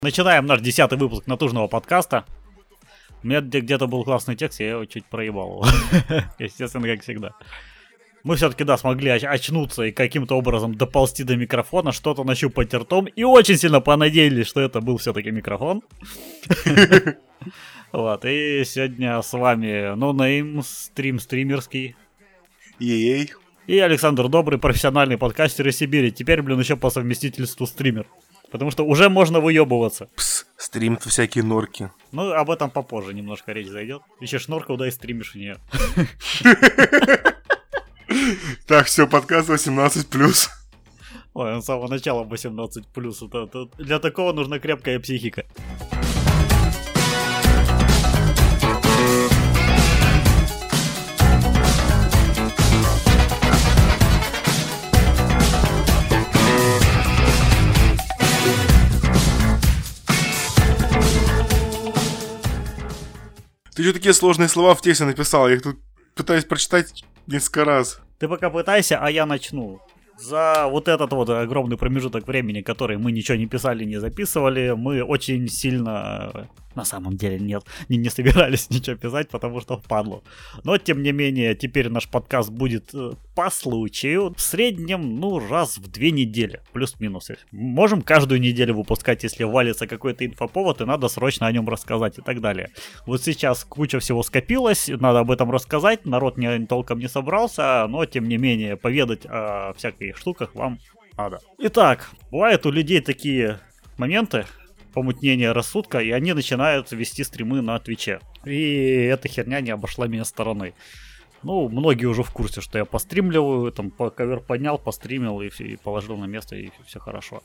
Начинаем наш 10-й выпуск натужного подкаста. У меня где-то был классный текст, я его чуть проебал. Естественно, как всегда. Мы все-таки, смогли очнуться и каким-то образом доползти до микрофона, что-то нащупать ртом. И очень сильно понадеялись, что это был все-таки микрофон. Вот, и сегодня с вами NoName, стримерский. Ей-ей. И Александр Добрый, профессиональный подкастер из Сибири. Теперь, еще по совместительству стример. Потому что уже можно выебываться. Стримят всякие норки. Ну, об этом попозже немножко речь зайдет. Ищешь норку, да и стримишь в нее. Так, все, подкаст 18+. Ой, с самого начала 18+. Для такого нужна крепкая психика. Ты что такие сложные слова в тексте написал? Я их тут пытаюсь прочитать несколько раз. Ты пока пытайся, а я начну. За вот этот вот огромный промежуток времени, который мы ничего не писали, не записывали, мы очень сильно... На самом деле нет, не собирались ничего писать, потому что впадло. Но, тем не менее, теперь наш подкаст будет по случаю. В среднем, раз в 2 недели, плюс-минус. Можем каждую неделю выпускать, если валится какой-то инфоповод, и надо срочно о нем рассказать и так далее. Вот сейчас куча всего скопилось, надо об этом рассказать, народ толком не собрался, но, тем не менее, поведать о всяких штуках вам надо. Итак, бывают у людей такие моменты, помутнение рассудка, и они начинают вести стримы на Твиче. И эта херня не обошла меня стороной. Многие уже в курсе, что я постримливаю, ковер поднял, постримил и положил на место, и все хорошо.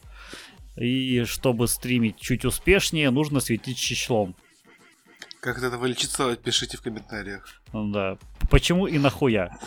И чтобы стримить чуть успешнее, нужно светить числом. Как от этого лечиться, пишите в комментариях. Да. Почему и нахуя?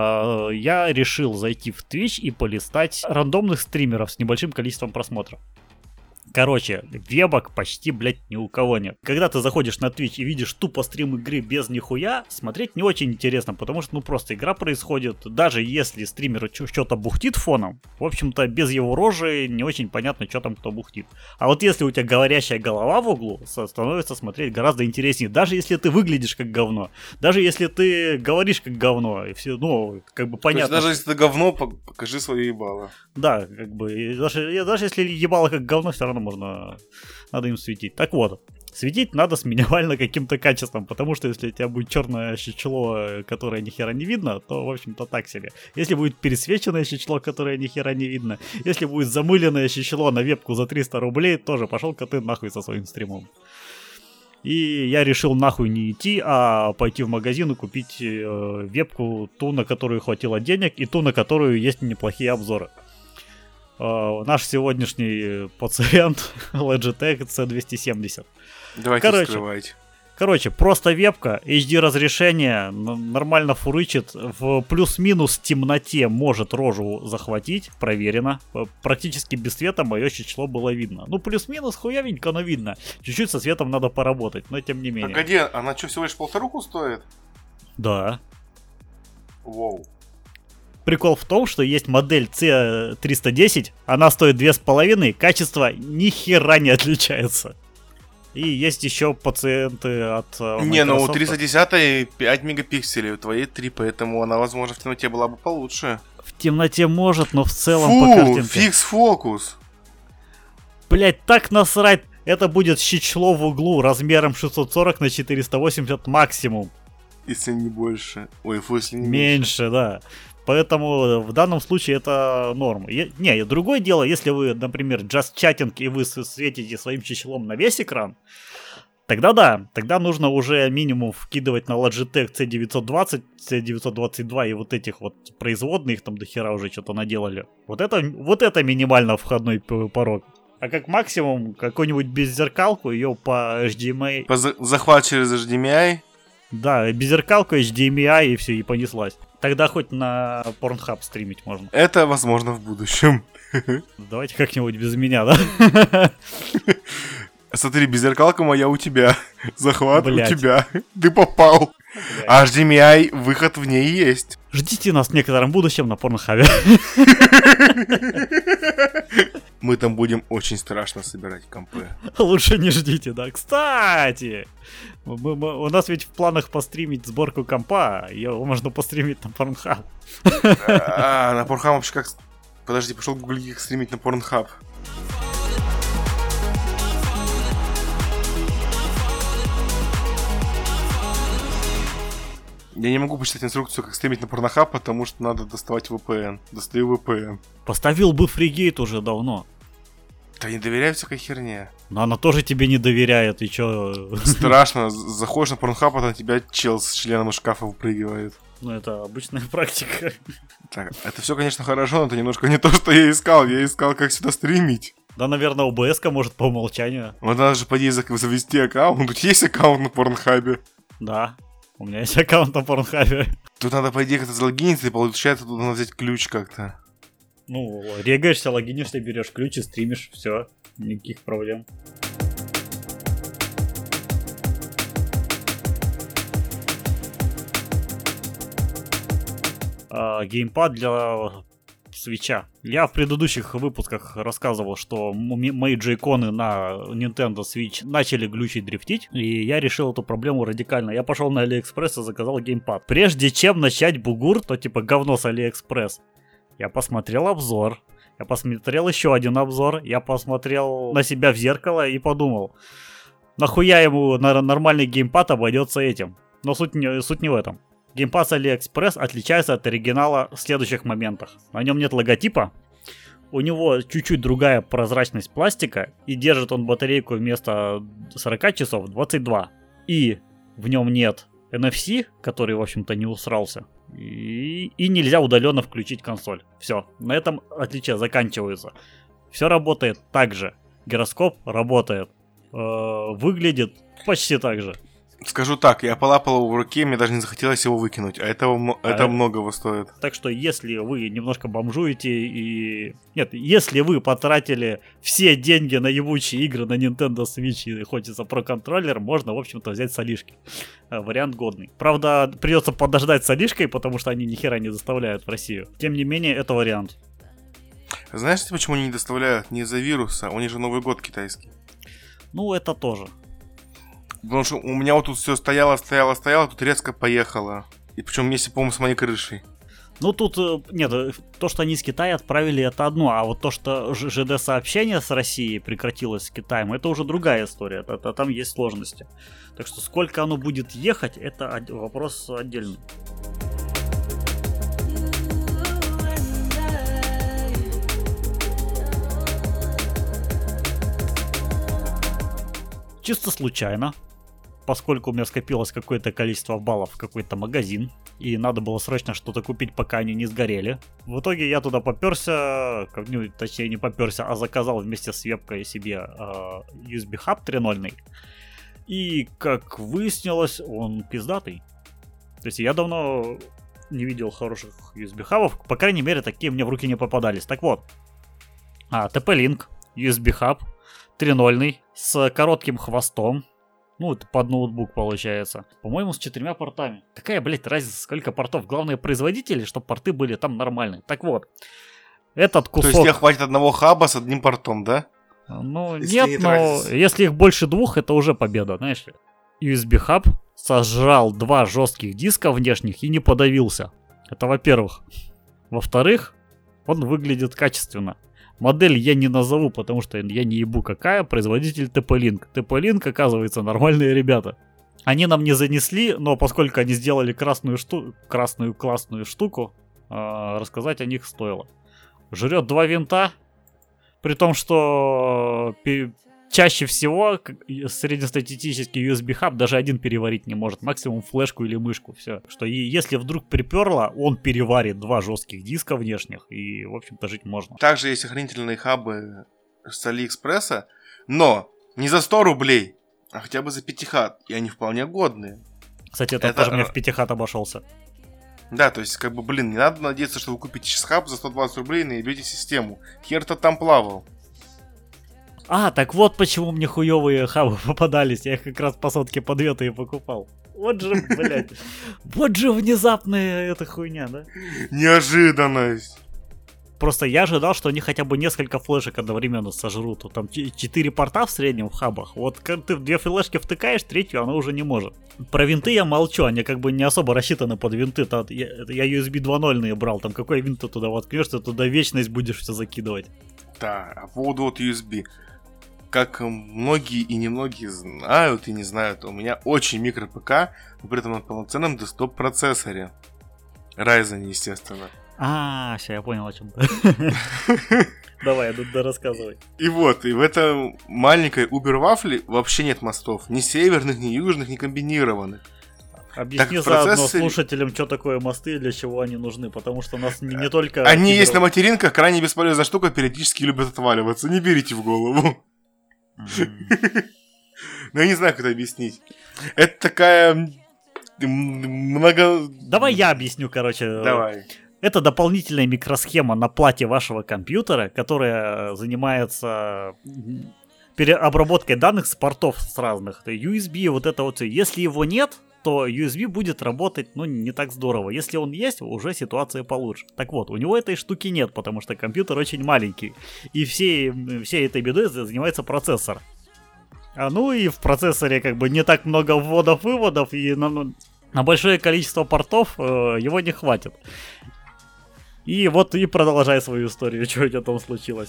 Я решил зайти в Twitch и полистать рандомных стримеров с небольшим количеством просмотров. Короче, вебок почти, ни у кого нет. Когда ты заходишь на Twitch и видишь тупо стрим игры без нихуя, смотреть не очень интересно, потому что, просто игра происходит, даже если стример что-то бухтит фоном, в общем-то, без его рожи не очень понятно, что там кто бухтит. А вот если у тебя говорящая голова в углу, становится смотреть гораздо интереснее, даже если ты выглядишь как говно, даже если ты говоришь как говно, и все, понятно. Даже если ты говно, покажи свое ебало. Да, даже если ебало как говно, все равно надо им светить. Так вот, светить надо с минимально каким-то качеством, потому что если у тебя будет черное щечло, которое ни хера не видно, то, в общем-то, так себе. Если будет пересвеченное щечло, которое ни хера не видно, если будет замыленное щечло на вебку за 300 рублей, тоже пошел-ка ты нахуй со своим стримом. И я решил нахуй не идти, а пойти в магазин и купить вебку, ту, на которую хватило денег, и ту, на которую есть неплохие обзоры. Наш сегодняшний пациент Logitech C270. Давайте вскрывать. Короче, просто вебка, HD разрешение, нормально фурычит, в плюс-минус темноте может рожу захватить, проверено. Практически без света мое щечло было видно. Плюс-минус хуявенько, но видно. Чуть-чуть со светом надо поработать, но тем не менее. Погоди, она что, всего лишь 1,5 стоит? Да. Воу. Прикол в том, что есть модель C310, она стоит 2,5, качество ни хера не отличается. И есть еще пациенты от Microsoft. У 310 5 мегапикселей, у твоей 3, поэтому она, возможно, в темноте была бы получше. В темноте может, но в целом по картинке. Фикс фокус. Блять, так насрать. Это будет щечло в углу размером 640 на 480 максимум. Если не больше. Ой, если не меньше, да. Поэтому в данном случае это норм. Другое дело, если вы, например, just chatting и вы светите своим числом на весь экран, тогда да, тогда нужно уже минимум вкидывать на Logitech C920, C922 и вот этих вот производных, их там до хера уже что-то наделали. Вот это минимально входной порог. А как максимум какую-нибудь беззеркалку, ее по HDMI... Захват через HDMI? Да, беззеркалку, HDMI и все, и понеслась. Тогда хоть на Pornhub стримить можно. Это возможно в будущем. Давайте как-нибудь без меня, да? Смотри, беззеркалка моя у тебя. Захват у тебя. Ты попал. А HDMI выход в ней есть. Ждите нас в некотором будущем на Pornhub. Мы там будем очень страшно собирать компы. Лучше не ждите, да. Кстати, у нас ведь в планах постримить сборку компа. Его можно постримить на Pornhub. На Pornhub вообще как... Подожди, пошел Google Geek стримить на Pornhub. Я не могу почитать инструкцию, как стримить на Pornhub, потому что надо доставать VPN. Достаю VPN. Поставил бы фригейт уже давно. Да не доверяю всякой херне. Но она тоже тебе не доверяет, и чё? Страшно. Заходишь на Pornhub, а на тебя чел с членом из шкафа выпрыгивает. Ну, это обычная практика. Так, это все, конечно, хорошо, но это немножко не то, что я искал. Я искал, как сюда стримить. Да, наверное, ОБС-ка может по умолчанию. Вот надо же, поди, завести аккаунт. У тебя есть аккаунт на Порнхабе? Да, у меня есть аккаунт на Порнхабе. Тут надо, по идее, как-то залогиниться, и получается, тут надо взять ключ как-то. Ну, регаешься, логинишься, берешь ключ и стримишь, все, никаких проблем. Геймпад для свитча. Я в предыдущих выпусках рассказывал, что мои джойконы на Nintendo Switch начали глючить, дрифтить, и я решил эту проблему радикально. Я пошел на AliExpress и заказал геймпад. Прежде чем начать бугур, то типа говно с AliExpress, я посмотрел обзор, я посмотрел еще один обзор, я посмотрел на себя в зеркало и подумал, нахуя ему нормальный геймпад обойдется этим. Но суть не в этом. Геймпад с AliExpress отличается от оригинала в следующих моментах. На нем нет логотипа, у него чуть-чуть другая прозрачность пластика, и держит он батарейку вместо 40 часов 22. И в нем нет NFC, который, в общем-то, не усрался. И нельзя удаленно включить консоль. Все, на этом отличия заканчиваются. Все работает так же. Гироскоп работает. Выглядит почти так же. Скажу так, я полапал его в руке, мне даже не захотелось его выкинуть, а это многого стоит. Так что если вы немножко бомжуете и... Нет, если вы потратили все деньги на ебучие игры на Nintendo Switch и хочется про контроллер, можно, в общем-то, взять с Алишки. Вариант годный. Правда, придется подождать с Алишкой, потому что они ни хера не доставляют в Россию. Тем не менее, это вариант. Знаешь, почему они не доставляют? Не из-за вируса, у них же Новый год китайский. Ну, это тоже. Потому что у меня вот тут все стояло, тут резко поехало. И причем вместе, по-моему, с моей крышей. Ну тут, нет, то, что они с Китая отправили, это одно. А вот то, что ЖД-сообщение с Россией прекратилось с Китаем, это уже другая история. Там есть сложности. Так что сколько оно будет ехать, это вопрос отдельный. Чисто случайно, поскольку у меня скопилось какое-то количество баллов в какой-то магазин, и надо было срочно что-то купить, пока они не сгорели. В итоге я туда попёрся, точнее не попёрся, а заказал вместе с вебкой себе USB Hub 3.0. И, как выяснилось, он пиздатый. То есть я давно не видел хороших USB-хабов, по крайней мере, такие мне в руки не попадались. Так вот, TP-Link, USB-хаб 3.0 с коротким хвостом. Ну, это под ноутбук получается. По-моему, с 4 портами. Какая, блять, разница, сколько портов? Главное, производители, чтобы порты были там нормальные. Так вот, этот кусок... То есть тебе хватит одного хаба с одним портом, да? Ну, нет, но если их больше двух, это уже победа, знаешь ли. USB-хаб сожрал 2 жестких диска внешних и не подавился. Это во-первых. Во-вторых, он выглядит качественно. Модель я не назову, потому что я не ебу какая, производитель TP-Link. TP-Link, оказывается, нормальные ребята. Они нам не занесли, но поскольку они сделали красную классную штуку, рассказать о них стоило. Жрет 2 винта, при том, что чаще всего среднестатистический USB-хаб даже один переварить не может, максимум флешку или мышку, все. Что если вдруг приперло, он переварит 2 жестких диска внешних, и, в общем-то, жить можно. Также есть охранительные хабы с Алиэкспресса, но не за 100 рублей, а хотя бы за 5 хат, и они вполне годные. Кстати, это тоже мне в 5 хат обошелся. Да, то есть, не надо надеяться, что вы купите сейчас хаб за 120 рублей и наебете систему. Хер-то там плавал. Так вот почему мне хуёвые хабы попадались. Я их как раз по сотке по 2 и покупал. Вот же, блядь. Вот же внезапная эта хуйня, да? Неожиданность. Просто я ожидал, что они хотя бы несколько флешек одновременно сожрут. Там 4 порта в среднем в хабах. Вот когда ты в 2 флешки втыкаешь, третью она уже не может. Про винты я молчу, они как бы не особо рассчитаны под винты. Я USB 2.0 брал, там какой винт ты туда воткнешь, ты туда вечность будешь все закидывать. Да, а по поводу вот USB. Как многие и немногие знают и не знают, у меня очень микро ПК, но при этом на полноценном десктоп процессоре. Ryzen, естественно. Сейчас я понял, о чем ты. Давай, рассказывай. И в этом маленькой Uber-вафле вообще нет мостов. Ни северных, ни южных, ни комбинированных. Объясни заодно слушателям, что такое мосты и для чего они нужны, потому что у нас не только... Они есть на материнках, крайне бесполезная штука, периодически любят отваливаться. Не берите в голову. Ну, я не знаю, как это объяснить. Это такая... Давай я объясню, короче. Давай. Это дополнительная микросхема на плате вашего компьютера, которая занимается обработкой данных с портов с разных. USB, вот это вот. Если его нет, то USB будет работать, не так здорово. Если он есть, уже ситуация получше. Так вот, у него этой штуки нет, потому что компьютер очень маленький. И всей этой бедой занимается процессор. И в процессоре как бы не так много вводов-выводов, и на большое количество портов его не хватит. И продолжай свою историю, что у тебя там случилось.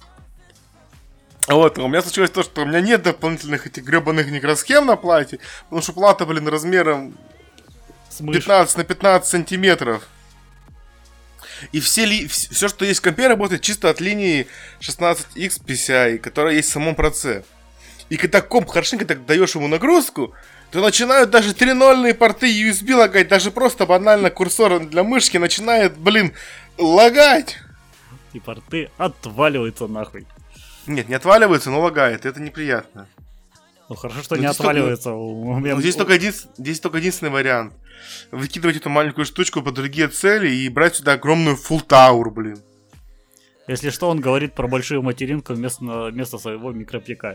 У меня случилось то, что у меня нет дополнительных этих гребаных микросхем на плате, потому что плата, размером 15 на 15 сантиметров. И все, что есть в компе, работает чисто от линии 16X PCI, которая есть в самом проце. И когда комп хорошенько так даешь ему нагрузку, то начинают даже 3.0-ные порты USB лагать, даже просто банально курсор для мышки начинает, лагать. И порты отваливаются нахуй. Нет, не отваливаются, но лагает, это неприятно. Хорошо, что не отваливается. Здесь только единственный вариант. Выкидывать эту маленькую штучку под другие цели и брать сюда огромную full tower, Если что, он говорит про большую материнку вместо своего микропека.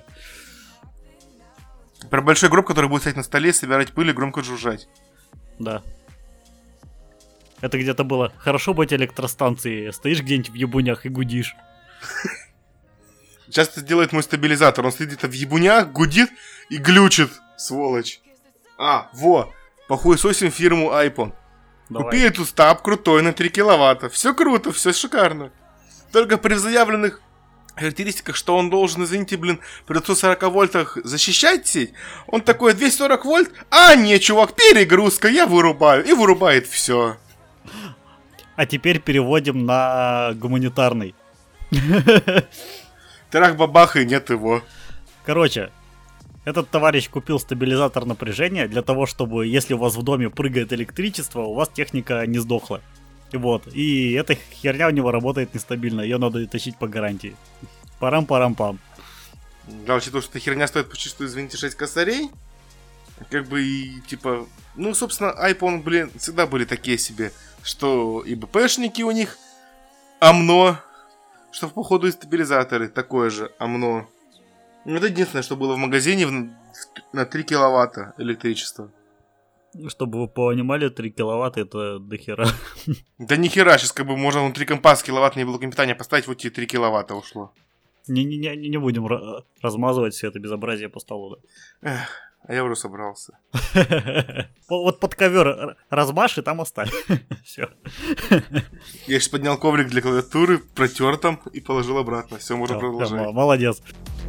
Про большой гроб, который будет стоять на столе, собирать пыль и громко жужжать. Да. Это где-то было. Хорошо быть электростанцией. Стоишь где-нибудь в ебунях и гудишь. Сейчас это делает мой стабилизатор. Он сидит в ебунях, гудит и глючит, сволочь. Похуесосим фирму iPhone. Давай. Купи эту стаб крутой на 3 киловатта. Все круто, все шикарно. Только при заявленных характеристиках, что он должен, извините, при 240 вольтах защищать сеть, он такой, 240 вольт? Не, чувак, перегрузка, я вырубаю. И вырубает все. А теперь переводим на гуманитарный. Трах-бабах, и нет его. Короче, этот товарищ купил стабилизатор напряжения для того, чтобы, если у вас в доме прыгает электричество, у вас техника не сдохла. И эта херня у него работает нестабильно, ее надо тащить по гарантии. Парам-парам-пам. Да, учитывая, что эта херня стоит почти что, извините, 6 косарей. Собственно, iPhone, всегда были такие себе, что и БПшники у них АМНО, что походу и стабилизаторы такое же АМНО. Это единственное, что было в магазине на 3 киловатта электричества. Чтобы вы понимали, 3 киловатта это дохера. Да нихера, сейчас можно внутри компа с киловаттной блоком питания поставить, вот тебе 3 киловатта ушло. Не будем размазывать все это безобразие по столу. Да? А я уже собрался. Вот под ковер размажь и там оставь. Все. Я сейчас поднял коврик для клавиатуры, протер там и положил обратно. Все, можно продолжать. Молодец.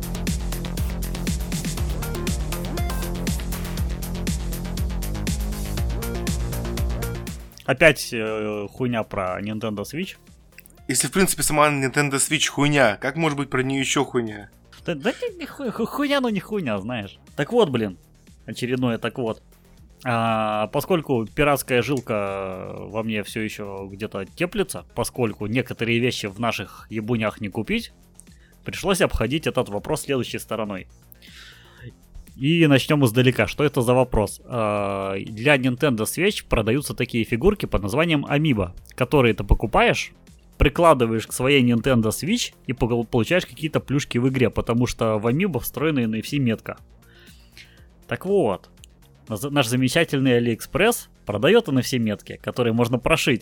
Опять хуйня про Nintendo Switch. Если, в принципе, сама Nintendo Switch хуйня, как может быть про нее еще хуйня? Да хуйня, но не хуйня, знаешь. Так вот, очередное так вот. Поскольку пиратская жилка во мне все еще где-то теплится, поскольку некоторые вещи в наших ебунях не купить, пришлось обходить этот вопрос следующей стороной. И начнем издалека. Что это за вопрос? Для Nintendo Switch продаются такие фигурки под названием Amiibo, которые ты покупаешь, прикладываешь к своей Nintendo Switch и получаешь какие-то плюшки в игре, потому что в Amiibo встроена NFC метка. Так вот, наш замечательный AliExpress продает NFC метки, которые можно прошить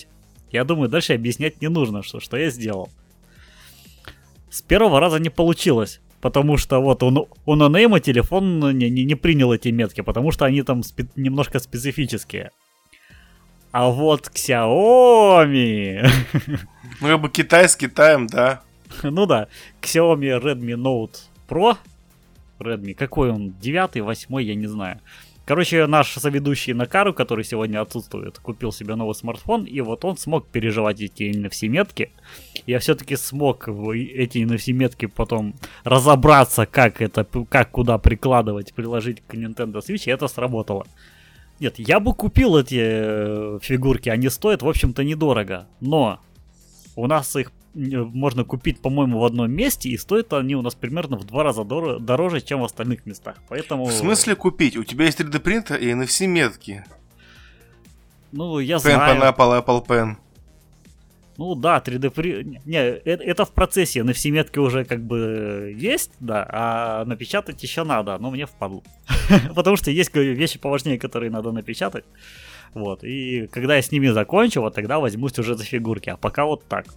Я думаю, дальше объяснять не нужно, что я сделал. С первого раза не получилось, потому что вот у NoName телефон не принял эти метки, потому что они там немножко специфические. А вот Xiaomi... Ну, как бы Китай с Китаем, да. Ну да, Xiaomi Redmi Note Pro. Redmi, какой он? 9, 8, я не знаю. Короче, наш соведущий Накару, который сегодня отсутствует, купил себе новый смартфон, и вот он смог переживать эти NFC-метки. Я все-таки смог эти NFC-метки потом разобраться, как куда прикладывать, приложить к Nintendo Switch, и это сработало. Нет, я бы купил эти фигурки, они стоят, в общем-то, недорого, но у нас их можно купить, по-моему, в одном месте, и стоят они у нас примерно в 2 раза дороже, чем в остальных местах. Поэтому... В смысле купить? У тебя есть 3D принтер и NFC метки. Ну, я знаю. Pen, Apple Pen. Ну да, 3D принтер... Не, это в процессе, NFC метки уже как бы есть, да, а напечатать еще надо, но мне впадло. Потому что есть вещи поважнее, которые надо напечатать. Вот, и когда я с ними закончу, вот тогда возьмусь уже за фигурки, а пока вот так.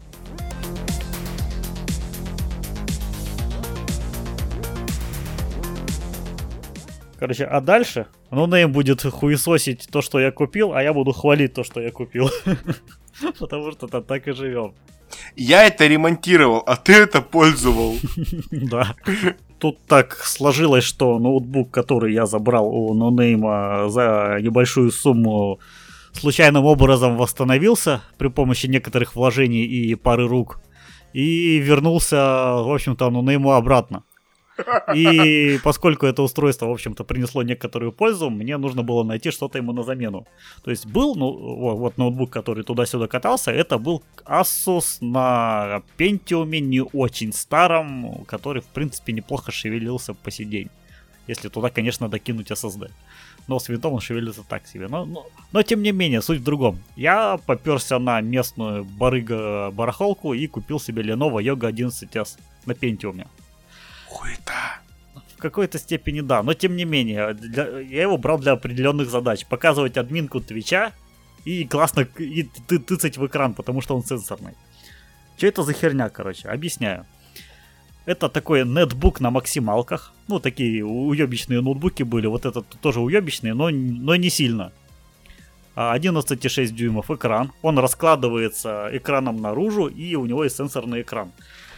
Короче, а дальше NoName будет хуесосить то, что я купил, а я буду хвалить то, что я купил. Потому что так и живем. Я это ремонтировал, а ты это пользовал. Да. Тут так сложилось, что ноутбук, который я забрал у NoName за небольшую сумму, случайным образом восстановился при помощи некоторых вложений и пары рук. И вернулся, в общем-то, NoName обратно. И поскольку это устройство, в общем-то, принесло некоторую пользу, мне нужно было найти что-то ему на замену. То есть был, вот ноутбук, который туда-сюда катался, это был Asus на Pentium не очень старом, который, в принципе, неплохо шевелился по сей день. Если туда, конечно, докинуть SSD. Но с винтом он шевелится так себе. Но тем не менее, суть в другом. Я попёрся на местную барыга-барахолку и купил себе Lenovo Yoga 11S на Pentium. Хуета. В какой-то степени да, но тем не менее, я его брал для определенных задач. Показывать админку Твича и классно тыцать в экран, потому что он сенсорный. Что это за херня, короче? Объясняю. Это такой нетбук на максималках. Ну, такие уебищные ноутбуки были. Вот этот тоже уебищный, но не сильно. 11,6 дюймов экран. Он раскладывается экраном наружу, и у него есть сенсорный экран.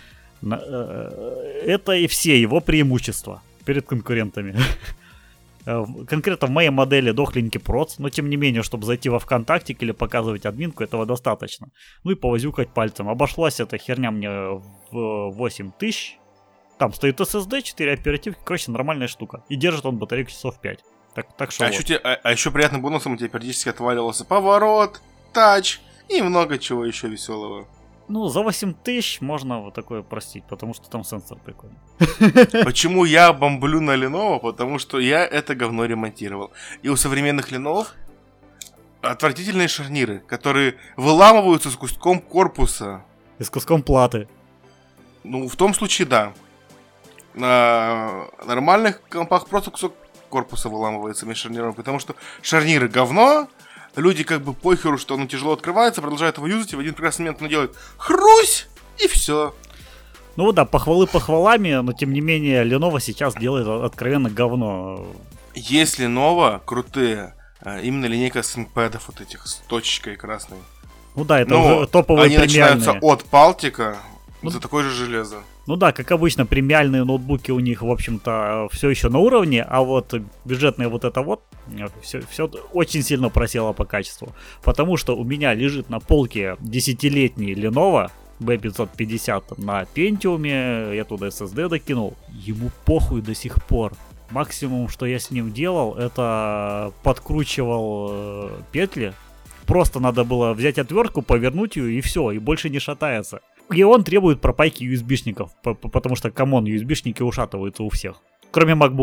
Это и все его преимущества перед конкурентами. Конкретно в моей модели дохленький проц, но тем не менее, чтобы зайти во ВКонтакте или показывать админку, этого достаточно. Ну и повозюкать пальцем. Обошлась эта херня мне в 8000. Там стоит SSD, 4 оперативки, короче, нормальная штука. И держит он батарейку часов 5. Так что вот. Еще приятным бонусом у тебя периодически отваливался поворот, тач и много чего еще веселого. Ну, за 8000 можно вот такое простить, потому что там сенсор прикольный. Почему я бомблю на Lenovo? Потому что я это говно ремонтировал. И у современных Lenovo отвратительные шарниры, которые выламываются с куском корпуса. И с куском платы. Ну, в том случае, да. На нормальных компах просто кусок корпуса выламывается между шарнирами, потому что шарниры говно. Люди как бы похеру, что оно тяжело открывается, продолжают его юзать, и в один прекрасный момент оно делает хрусь, и все. Ну да, похвалы похвалами, но тем не менее Lenovo сейчас делает откровенно говно. Есть Lenovo крутые, именно линейка ThinkPad'ов вот этих с точечкой красной. Ну да, это уже топовые они премиальные. Начинаются от Палтика за такое же железо. Ну да, как обычно, премиальные ноутбуки у них, в общем-то, все еще на уровне, а вот бюджетные вот это вот, все очень сильно просело по качеству. Потому что у меня лежит на полке 10-летний Lenovo B550 на Pentium, я туда SSD докинул, ему похуй до сих пор. Максимум, что я с ним делал, это подкручивал петли. Просто надо было взять отвертку, повернуть ее и все, и больше не шатается. И он требует пропайки USB-шников, потому что, камон, USB-шники ушатываются у всех. Кроме макбуков.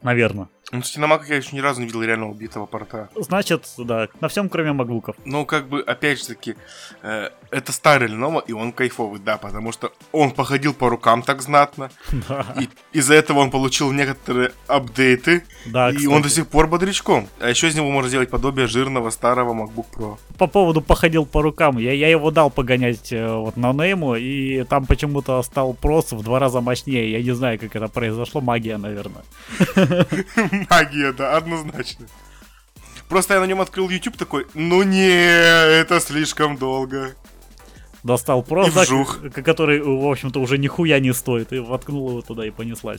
Наверное. Ну, кстати, на маках я еще ни разу не видел реально убитого порта. Значит, да, на всем, кроме макбуков. Ну, как бы, опять же таки, это старый Lenovo, и он кайфовый, да, потому что он походил по рукам так знатно. Да. И из-за этого он получил некоторые апдейты. Да, и кстати. он до сих пор бодрячком. А еще из него можно сделать подобие жирного старого MacBook Pro. По поводу походил по рукам, я его дал погонять вот на нейму, и там почему-то стал прос в 2 раза мощнее. Я не знаю, как это произошло, магия, наверное. Магия, да, однозначно. Просто я на нем открыл YouTube такой, ну не, это слишком долго. Достал прос, И вжух. который, в общем-то, уже нихуя не стоит, и воткнул его туда и понеслась.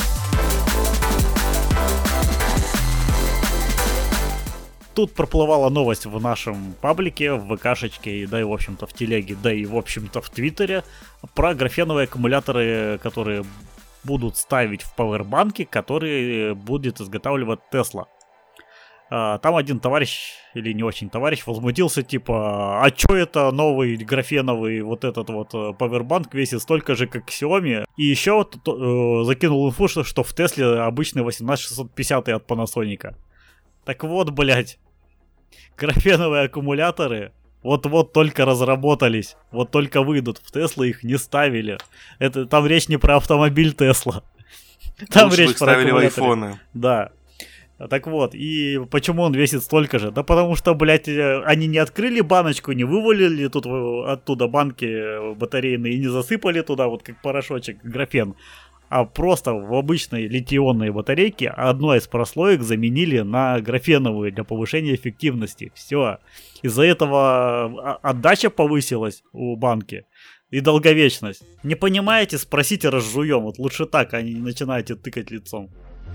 Тут проплывала новость в нашем паблике, в ВКшечке, да и, в общем-то, в телеге, да и, в общем-то, в Твиттере, про графеновые аккумуляторы, которые будут ставить в пауэрбанки, которые будет изготавливать Tesla. Там один товарищ, или не очень товарищ, возмутился, типа, а чё это новый графеновый вот этот вот пауэрбанк весит столько же, как Xiaomi? И еще вот, закинул инфу, что в Тесле обычный 18650 от Panasonic. Так вот, блять, графеновые аккумуляторы вот-вот только разработались, вот только выйдут. В Tesla их не ставили. Там речь не про автомобиль Tesla. Там речь про ставили в аккумуляторы. айфоны. Да. Так вот, и почему он весит столько же? Да потому что, блядь, они не открыли баночку, не вывалили тут оттуда банки батарейные и не засыпали туда вот как порошочек графен, а просто в обычной литий-ионной батарейке одной из прослоек заменили на графеновую для повышения эффективности. Все. Из-за этого отдача повысилась у банки и долговечность. Не понимаете? Спросите, разжуем. Вот лучше так, а не начинаете тыкать лицом.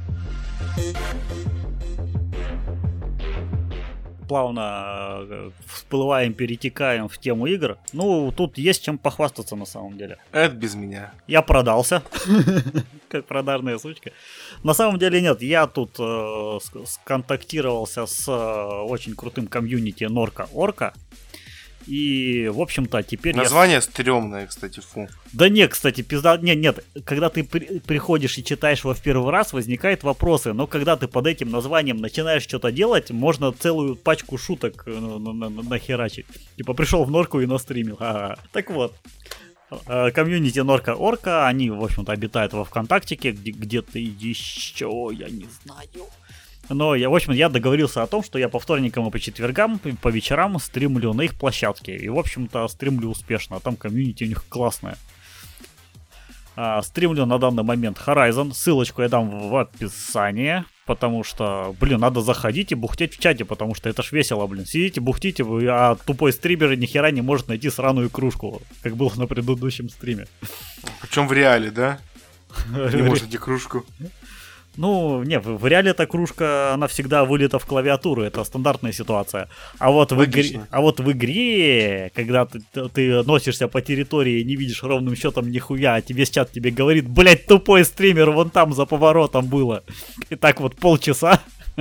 Плавно всплываем, перетекаем в тему игр. Ну, тут есть чем похвастаться на самом деле. Это без меня. Я продался, как продажная сучка. На самом деле нет, я тут сконтактировался с очень крутым комьюнити Норка-Орка. И, в общем-то, теперь название стрёмное, кстати, фу. Да нет, кстати, пизда... Нет, когда ты приходишь и читаешь его в первый раз, возникают вопросы, но когда ты под этим названием начинаешь что-то делать, можно целую пачку шуток нахерачить. Типа, пришел в Норку и настримил. Ага. Так вот, комьюнити Норка-Орка, они, в общем-то, обитают во ВКонтактике, где-то еще, я не знаю. Но я договорился о том, что я по вторникам и по четвергам, по вечерам стримлю на их площадке. И, в общем-то, стримлю успешно. А там комьюнити у них классное. Стримлю на данный момент Horizon. Ссылочку я дам в описании. Потому что, надо заходить и бухтеть в чате. Потому что это ж весело, Сидите, бухтите, а тупой стример ни хера не может найти сраную кружку. Как было на предыдущем стриме. Причем в реале, да? Не может найти кружку. Ну, не, в реале эта кружка, она всегда вылета в клавиатуру, это стандартная ситуация. А вот в игре, когда ты носишься по территории и не видишь ровным счетом нихуя, а весь чат тебе говорит, блять, тупой стример вон там за поворотом было. И так вот полчаса.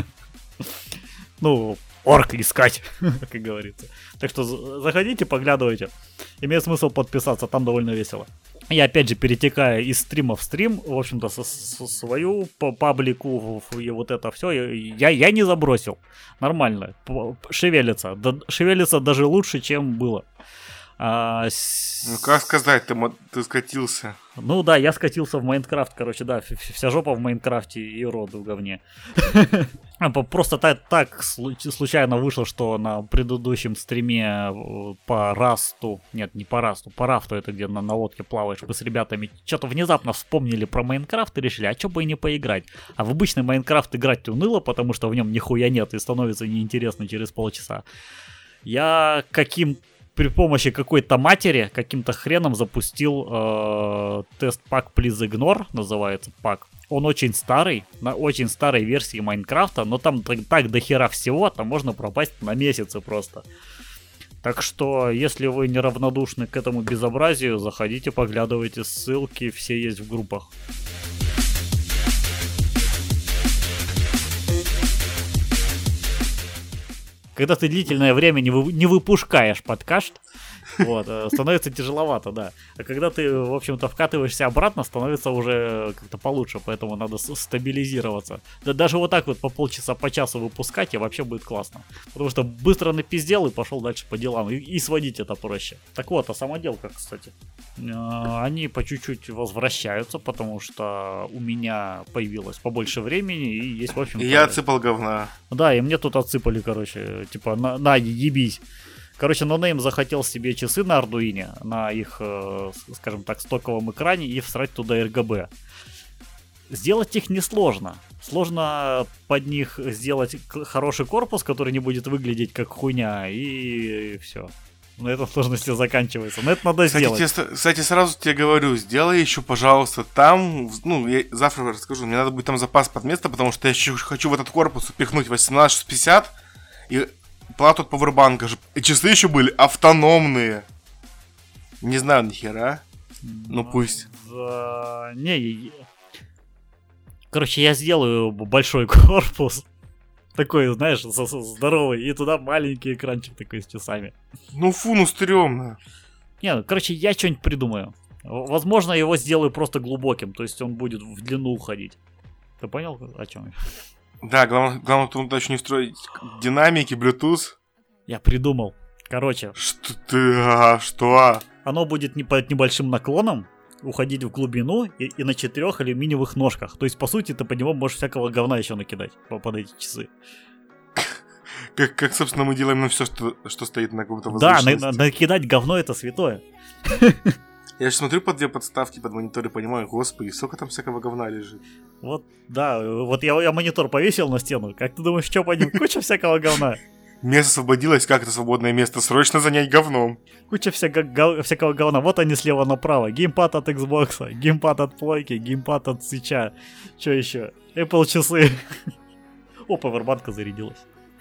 Ну, орк искать, как говорится. Так что заходите, поглядывайте. Имеет смысл подписаться, там довольно весело. Я опять же перетекаю из стрима в стрим, в общем-то, свою паблику и вот это все. Я не забросил. Нормально. Шевелится. Шевелится даже лучше, чем было. Ну, как сказать, ты скатился. Ну да, я скатился в Майнкрафт, короче, да, вся жопа в Майнкрафте и рот в говне. Просто так случайно вышло, что на предыдущем стриме по Расту, нет, не по Расту, по Рафту, это где на лодке плаваешь, мы с ребятами что-то внезапно вспомнили про Майнкрафт и решили, а что бы и не поиграть. А в обычный Майнкрафт играть уныло, потому что в нем нихуя нет и становится неинтересно через полчаса. Я при помощи какой-то матери, каким-то хреном запустил тест-пак Please Ignore, называется пак. Он очень старый, на очень старой версии Майнкрафта, но там так дохера всего, там можно пропасть на месяцы просто. Так что, если вы неравнодушны к этому безобразию, заходите, поглядывайте, ссылки все есть в группах. Когда ты длительное время не выпускаешь подкаст, Вот, становится тяжеловато, да. А когда ты, в общем-то, вкатываешься обратно, становится уже как-то получше, поэтому надо стабилизироваться. Да даже вот так вот по полчаса, по часу выпускать, и вообще будет классно. Потому что быстро напиздел и пошел дальше по делам. И сводить это проще. Так вот, о самоделках, кстати. Они по чуть-чуть возвращаются, потому что у меня появилось побольше времени, и есть, в общем-то... И я отсыпал говна. Да, и мне тут отсыпали, короче, типа, на ебись. Короче, NoName захотел себе часы на Ардуине, на их, скажем так, стоковом экране и всрать туда RGB. Сделать их несложно. Сложно под них сделать хороший корпус, который не будет выглядеть как хуйня, и все. На этом сложности заканчивается. Но это надо сделать. Кстати, сразу тебе говорю, сделай еще, пожалуйста, там, я завтра расскажу, мне надо будет там запас под место, потому что я еще хочу в этот корпус упихнуть 18650 и плату от пауэрбанка же. И часы еще были автономные. Не знаю нихера. Ну пусть. Да, короче, я сделаю большой корпус. Такой, знаешь, здоровый. И туда маленький экранчик такой с часами. Ну стрёмно. Не, короче, я что-нибудь придумаю. Возможно, его сделаю просто глубоким. То есть он будет в длину уходить. Ты понял, о чем я? Да, главное, туда еще не встроить динамики, Bluetooth. Я придумал. Короче. Что? Оно будет под небольшим наклоном уходить в глубину и на 4 алюминиевых ножках. То есть, по сути, ты по нему можешь всякого говна еще накидать под эти часы. Как, собственно, мы делаем все, что стоит на каком-то возвышенности. Да, накидать говно — это святое. Я же смотрю под две подставки, под монитор и понимаю, господи, сколько там всякого говна лежит. Вот, да, вот я монитор повесил на стену. Как ты думаешь, что по ним? Куча всякого говна. Место освободилось, как это свободное место? Срочно занять говном. Куча всякого говна. Вот они слева направо. Геймпад от Xbox, геймпад от плойки, геймпад от свитча. Что еще? Apple часы. О, пауэрбанка зарядилась.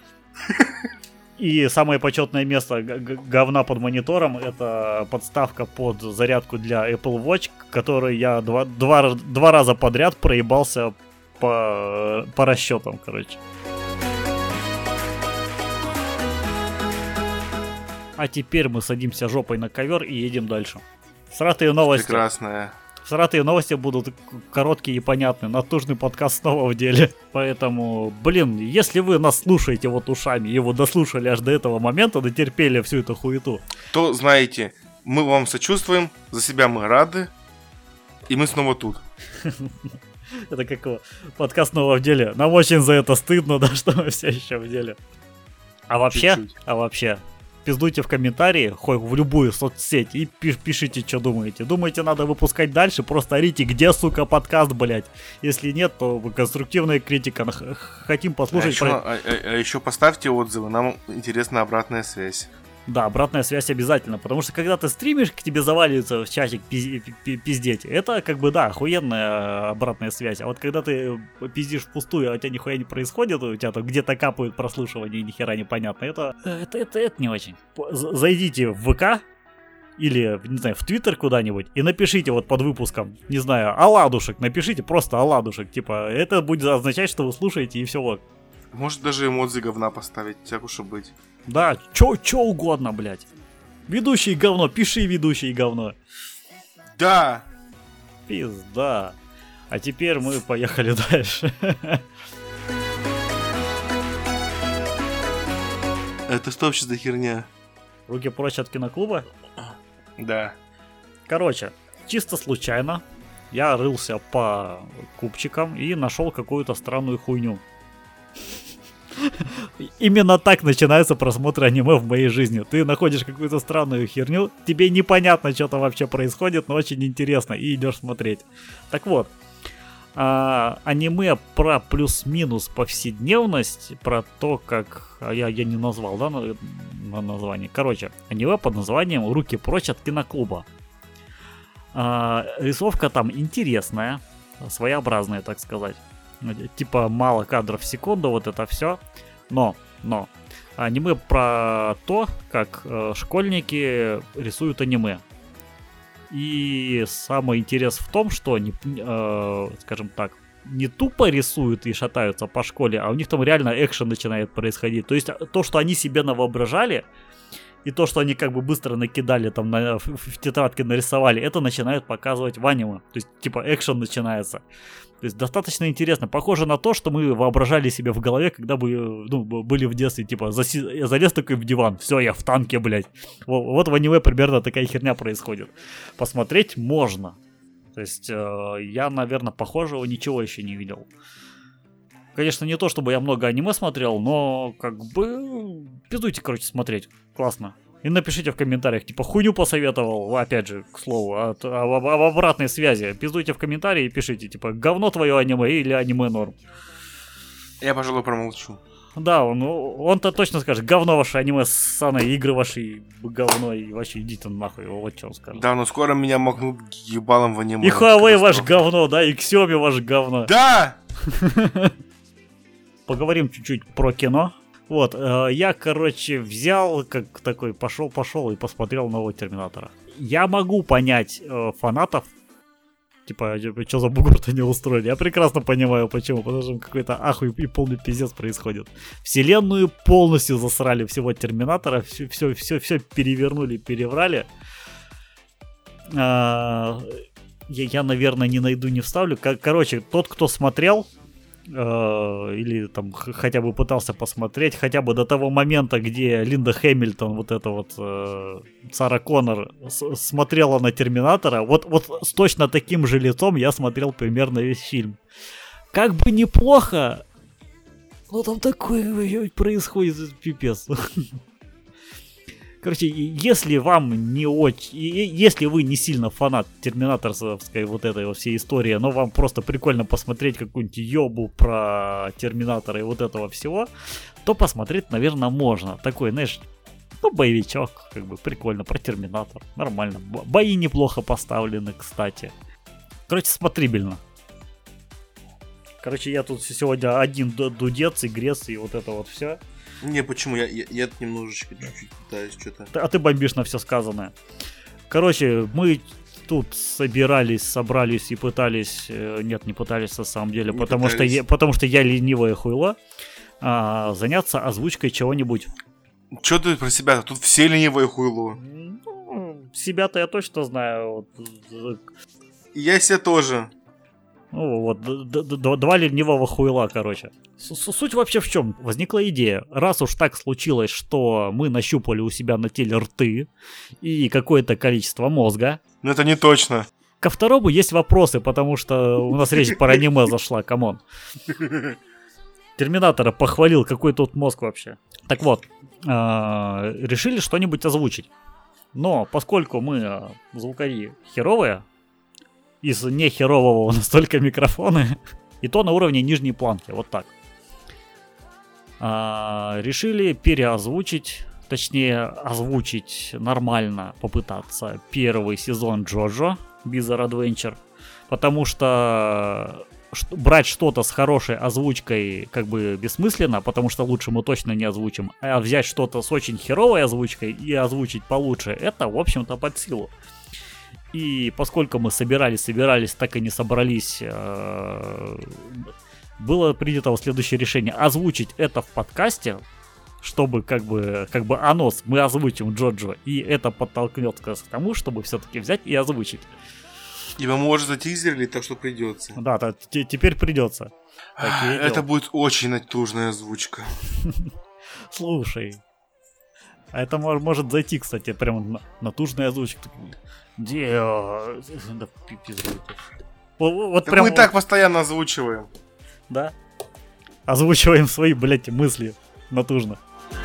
И самое почетное место говна под монитором — это подставка под зарядку для Apple Watch, которой я два раза подряд проебался по расчетам, короче. А теперь мы садимся жопой на ковер и едем дальше. Сратые новости. Прекрасная. Сратые новости будут короткие и понятные. Натужный подкаст снова в деле. Поэтому, если вы нас слушаете вот ушами и вот дослушали аж до этого момента, дотерпели всю эту хуету, то знаете, мы вам сочувствуем, за себя мы рады, и мы снова тут. Это как подкаст снова в деле. Нам очень за это стыдно, да, что мы все еще в деле. А вообще, пиздуйте в комментарии, хоть в любую соцсеть, и пишите, что думаете. Думаете, надо выпускать дальше? Просто орите, где, сука, подкаст, блять. Если нет, то конструктивная критика. Хотим послушать. А еще поставьте отзывы, нам интересна обратная связь. Да, обратная связь обязательно, потому что когда ты стримишь, к тебе заваливается в чатик пиздеть. Это как бы, да, охуенная обратная связь. А вот когда ты пиздишь впустую, а у тебя нихуя не происходит, у тебя там где-то капают прослушивания и нихера непонятно, это не очень. Зайдите в ВК или, не знаю, в Твиттер куда-нибудь и напишите вот под выпуском, не знаю, оладушек, напишите просто оладушек. Типа, это будет означать, что вы слушаете, и все вот. Может даже эмодзи говна поставить, так уж и быть. Да, чё угодно, блядь. Ведущий говно, пиши ведущий говно. Да. Пизда. А теперь мы поехали дальше. Это что вообще за херня? Руки прочь от киноклуба? Да. Короче, чисто случайно я рылся по кубчикам и нашел какую-то странную хуйню. Именно так начинается просмотр аниме в моей жизни. Ты находишь какую-то странную херню, тебе непонятно, что там вообще происходит, но очень интересно, и идешь смотреть. Так вот, аниме про плюс-минус повседневность, про то, как... Я не назвал, да, на название. Короче, аниме под названием «Руки прочь от киноклуба». Рисовка там интересная, своеобразная, так сказать. Типа мало кадров в секунду, вот это все. Но аниме про то, как школьники рисуют аниме. И самый интерес в том, что они, скажем так, не тупо рисуют и шатаются по школе, а у них там реально экшен начинает происходить. То есть то, что они себе навоображали, и то, что они как бы быстро накидали, там в тетрадке нарисовали, это начинают показывать в аниме. То есть, типа, экшен начинается. То есть, достаточно интересно. Похоже на то, что мы воображали себе в голове, когда были в детстве, типа, я залез такой в диван, все, я в танке, блядь. Вот в аниме примерно такая херня происходит. Посмотреть можно. То есть, я, наверное, похожего ничего еще не видел. Конечно, не то, чтобы я много аниме смотрел, но как бы пиздуйте, короче, смотреть. Классно. И напишите в комментариях, типа, хуйню посоветовал, опять же, к слову, об обратной связи. Пиздуйте в комментарии и пишите, типа, говно твое аниме или аниме норм. Я, пожалуй, промолчу. Да, он-то точно скажет, говно ваше аниме, ссаные игры ваши, говно, и вообще идите нахуй, вот что он скажет. Да, но скоро меня макнут ебалом в аниме. И Huawei ваш говно, да, и Xiaomi ваш говно. Да! Поговорим чуть-чуть про кино. Вот, я, короче, взял, как такой, пошел и посмотрел нового Терминатора. Я могу понять фанатов, типа, что за бугор-то не устроили. Я прекрасно понимаю, почему, потому что какой-то ахуй и полный пиздец происходит. Вселенную полностью засрали всего Терминатора, все перевернули, переврали. Я, наверное, не найду, не вставлю. Короче, тот, кто смотрел, или там хотя бы пытался посмотреть, хотя бы до того момента, где Линда Хэмилтон, вот эта вот Сара Коннор, смотрела на Терминатора, вот с точно таким же лицом я смотрел примерно весь фильм. Как бы неплохо, но там такое происходит, пипец. Короче, если вам не очень... Если вы не сильно фанат терминаторской вот этой вот всей истории, но вам просто прикольно посмотреть какую-нибудь ёбу про Терминатора и вот этого всего, то посмотреть, наверное, можно. Такой, знаешь, боевичок, как бы прикольно, про Терминатор. Нормально. Бои неплохо поставлены, кстати. Короче, смотрибельно. Короче, я тут сегодня один дудец, игрец и вот это вот все. Не, почему? Я немножечко чуть-чуть пытаюсь что-то. А ты бомбишь на все сказанное. Короче, мы тут собрались и пытались... Нет, не пытались на самом деле, потому что я ленивое хуйло. Заняться озвучкой чего-нибудь. Че ты про себя? Тут все ленивое хуйло. Себя-то я точно знаю. Я себя тоже. Ну вот, два ленивого хуйла, короче. Суть вообще в чем? Возникла идея. Раз уж так случилось, что мы нащупали у себя на теле рты и какое-то количество мозга. Но это не точно. Ко второму есть вопросы, потому что у нас речь про аниме зашла, камон. Терминатора похвалил, какой тут мозг вообще. Так вот, решили что-нибудь озвучить. Но поскольку мы звукари херовые, из нехерового у нас только микрофоны, и то на уровне нижней планки, вот так. Решили переозвучить, точнее озвучить нормально, попытаться первый сезон Джоджо Bizarre Adventure, потому что брать что-то с хорошей озвучкой как бы бессмысленно, потому что лучше мы точно не озвучим, а взять что-то с очень херовой озвучкой и озвучить получше, это в общем-то под силу. И поскольку мы собирались, так и не собрались, было принято следующее решение: озвучить это в подкасте, чтобы как бы анонс мы озвучим Джоджо, и это подтолкнет к тому, чтобы все-таки взять и озвучить. Ибо мы уже затизерили, так что придется. Да, теперь придется. Это будет очень натужная озвучка. Слушай, а это может зайти, кстати, прям натужная озвучка. Где... Да, вот прям... Мы и так постоянно озвучиваем. Да? Озвучиваем свои, блядь, мысли натужно.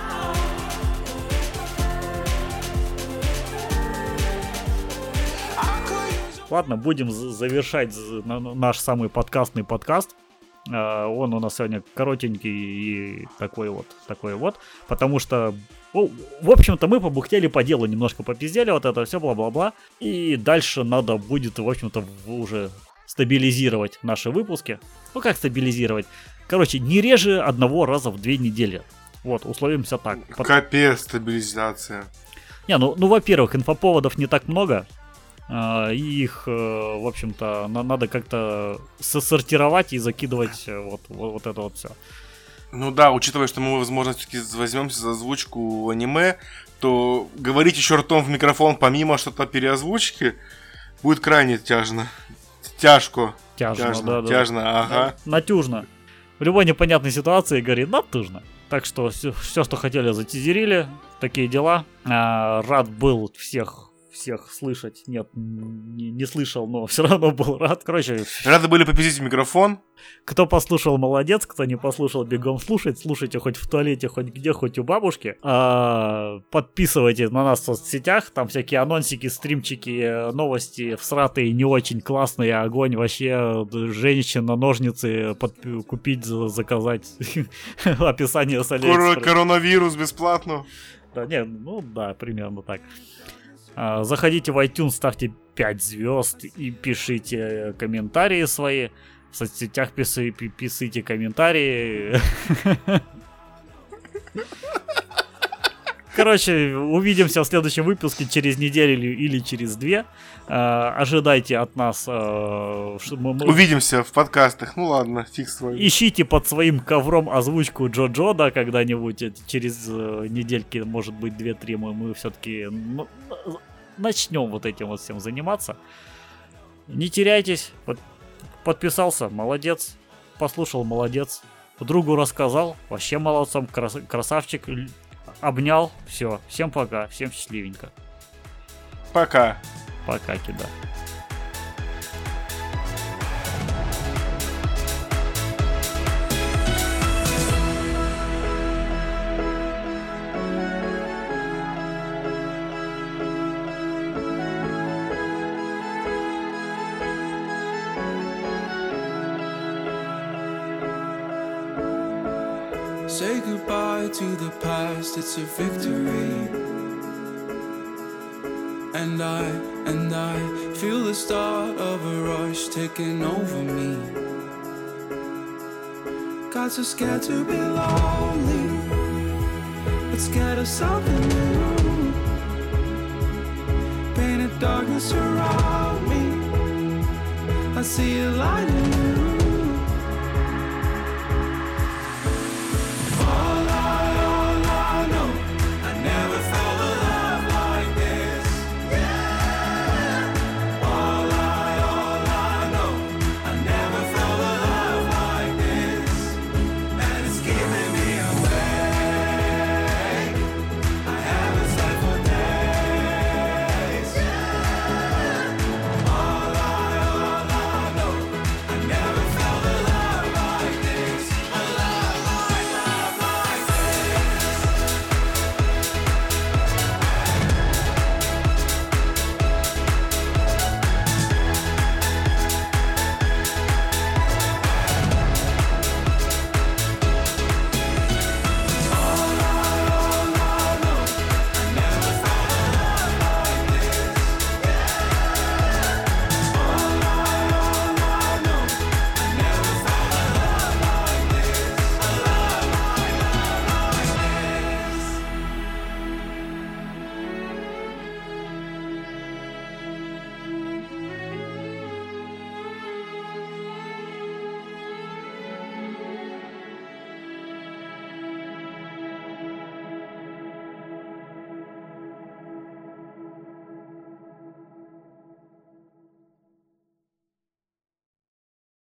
Ладно, будем завершать наш самый подкастный подкаст. Он у нас сегодня коротенький и такой вот. Потому что, в общем-то, мы побухтели по делу, немножко попиздели, вот это все, бла-бла-бла. И дальше надо будет, в общем-то, уже стабилизировать наши выпуски. Ну, как стабилизировать? Короче, не реже одного раза в 2 недели. Вот, условимся так. Капец, стабилизация. Не, ну, во-первых, инфоповодов не так много. Их, в общем-то, надо как-то сортировать и закидывать вот это вот все. Ну да, учитывая, что мы, возможно, все-таки возьмемся за озвучку аниме, то говорить еще ртом в микрофон помимо что-то переозвучки будет крайне тяжно. Тяжко, да. Ага. Натюжно. В любой непонятной ситуации говорит натужно. Так что все, что хотели, затизерили. Такие дела. Рад был всех слышать. Нет, не слышал, но все равно был рад. Короче, рады были победить микрофон. Кто послушал, молодец. Кто не послушал, бегом слушать. Слушайте хоть в туалете, хоть где, хоть у бабушки. Подписывайтесь на нас в соцсетях. Там всякие анонсики, стримчики, новости всратые, не очень классные. Огонь вообще. Женщина, ножницы купить, заказать. Описание с Алиэкспресс. Коронавирус бесплатно. Да, нет, ну да, примерно так. Заходите в iTunes, ставьте 5 звезд и пишите комментарии свои. В соцсетях писайте комментарии. Короче, увидимся в следующем выпуске через неделю или через 2. Ожидайте от нас... Увидимся в подкастах. Ну ладно, фиг с вами. Ищите под своим ковром озвучку Джо-Джо, да, когда-нибудь. Через недельки, может быть, 2-3 мы все-таки начнем вот этим вот всем заниматься. Не теряйтесь. Подписался, молодец. Послушал, молодец. Другу рассказал, вообще молодцом, красавчик. Обнял, все, всем пока, всем счастливенько. Пока. Пока, кида. Say goodbye to the past, it's a victory. And I feel the start of a rush taking over me. Got so scared to be lonely, but scared of something new. Painted darkness around me, I see it lighting